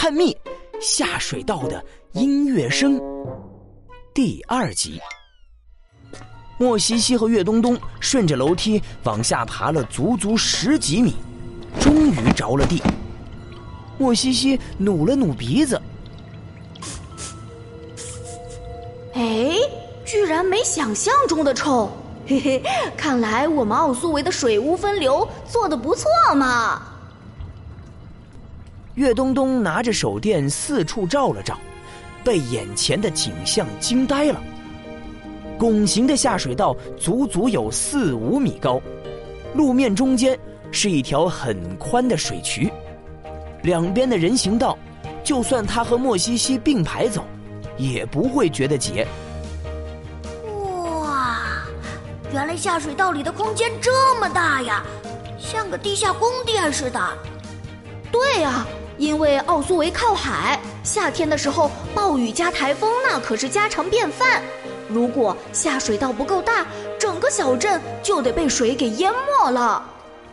探秘下水道的音乐声第2集。莫西西和岳东东顺着楼梯往下爬了足足10几米，终于着了地。莫西西努了努鼻子， 哎，居然没想象中的臭，嘿嘿，看来我们奥苏维的水污分流做得不错嘛。 岳东东拿着手电四处照了照，被眼前的景象惊呆了。拱形的下水道足足有4、5米高，路面中间是一条很宽的水渠，两边的人行道，就算他和莫西西并排走，也不会觉得挤。 哇，原来下水道里的空间这么大呀，像个地下宫殿似的。 对呀，因为奥苏维靠海，夏天的时候暴雨加台风那可是家常便饭。如果下水道不够大，整个小镇就得被水给淹没了。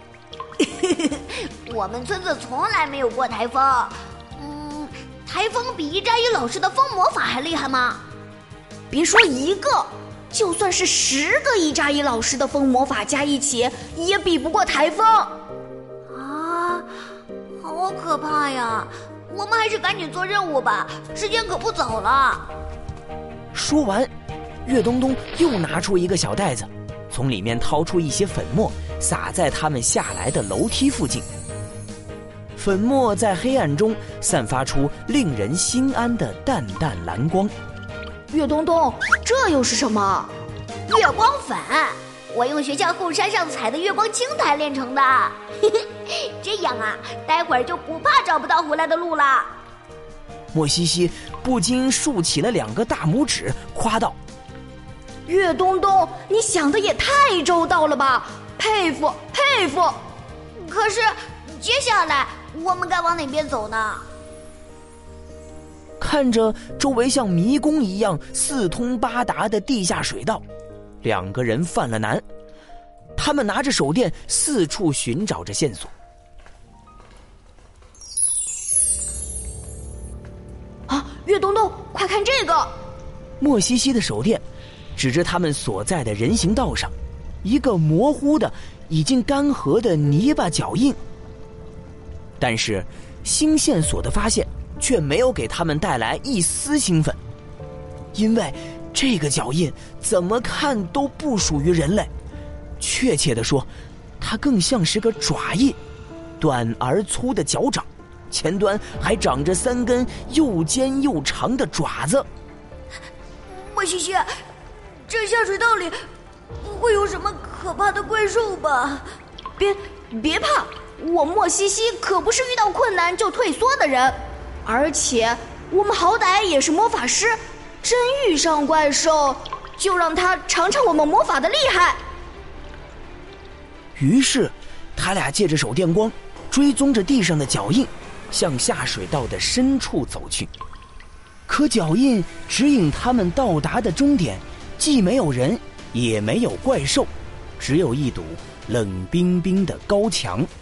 我们村子从来没有过台风。台风比一扎一老师的风魔法还厉害吗？ 别说一个，就算是10个一扎一老师的风魔法加一起，也比不过台风。 啊，好可怕呀！我们还是赶紧做任务吧，时间可不早了。 说完，岳东东又拿出一个小袋子，从里面掏出一些粉末，撒在他们下来的楼梯附近。粉末在黑暗中散发出令人心安的淡淡蓝光。 岳东东，这又是什么？ 月光粉，我用学校后山上采的月光青苔炼成的。这样啊，待会儿就不怕找不到回来的路了。 莫西西不禁竖起了2个大拇指，夸道： 岳东东，你想的也太周到了吧，佩服佩服。 可是接下来我们该往哪边走呢？ 看着周围像迷宫一样四通八达的地下水道，2个人犯了难。他们拿着手电四处寻找着线索。 啊，岳东东，快看这个！ 莫西西的手电指着他们所在的人行道上一个模糊的已经干涸的泥巴脚印。但是新线索的发现却没有给他们带来一丝兴奋，因为这个脚印怎么看都不属于人类，确切地说，它更像是个爪印，短而粗的脚掌，前端还长着3根又尖又长的爪子。 莫西西，这下水道里不会有什么可怕的怪兽吧？ 别怕，我莫西西可不是遇到困难就退缩的人，而且我们好歹也是魔法师，真遇上怪兽，就让他尝尝我们魔法的厉害。 于是他俩借着手电光追踪着地上的脚印，向下水道的深处走去。可脚印指引他们到达的终点，既没有人也没有怪兽，只有一堵冷冰冰的高墙。